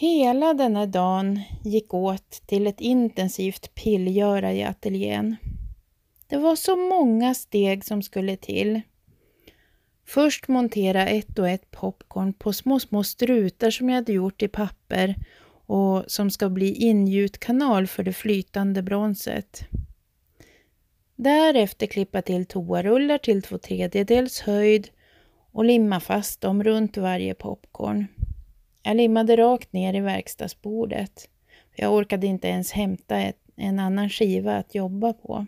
Hela denna dagen gick åt till ett intensivt pillgöra i ateljén. Det var så många steg som skulle till. Först montera ett och ett popcorn på små strutar som jag hade gjort i papper och som ska bli ingjutkanal för det flytande bronset. Därefter klippa till toarullar till 2/3 höjd och limma fast dem runt varje popcorn. Jag limmade rakt ner i verkstadsbordet. Jag orkade inte ens hämta en annan skiva att jobba på.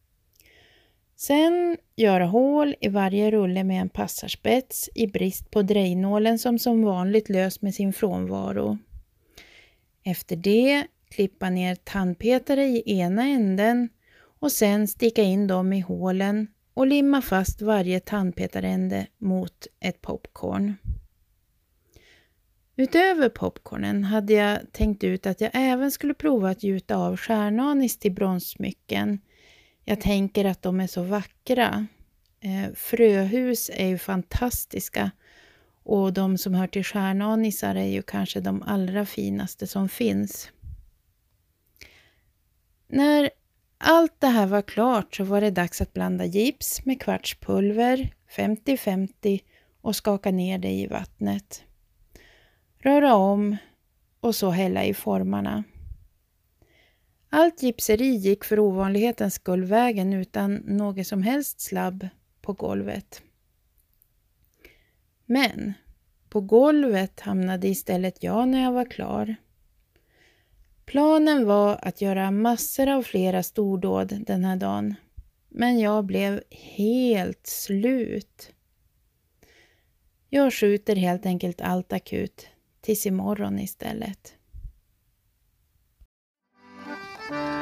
Sen göra hål i varje rulle med en passarspets i brist på drejnålen som vanligt lös med sin frånvaro. Efter det klippa ner tandpetare i ena änden och sen sticka in dem i hålen och limma fast varje tandpetarände mot ett popcorn. Utöver popcornen hade jag tänkt ut att jag även skulle prova att gjuta av stjärnanis till bronssmycken. Jag tänker att de är så vackra. Fröhus är ju fantastiska och de som hör till stjärnanisar är ju kanske de allra finaste som finns. När allt det här var klart så var det dags att blanda gips med kvartspulver 50-50 och skaka ner det i vattnet. Röra om och så hälla i formarna. Allt gipseri gick för ovanlighetens skull vägen utan något som helst slabb på golvet. Men på golvet hamnade istället jag när jag var klar. Planen var att göra massor av flera stordåd den här dagen. Men jag blev helt slut. Jag skjuter helt enkelt allt akut tills imorgon istället.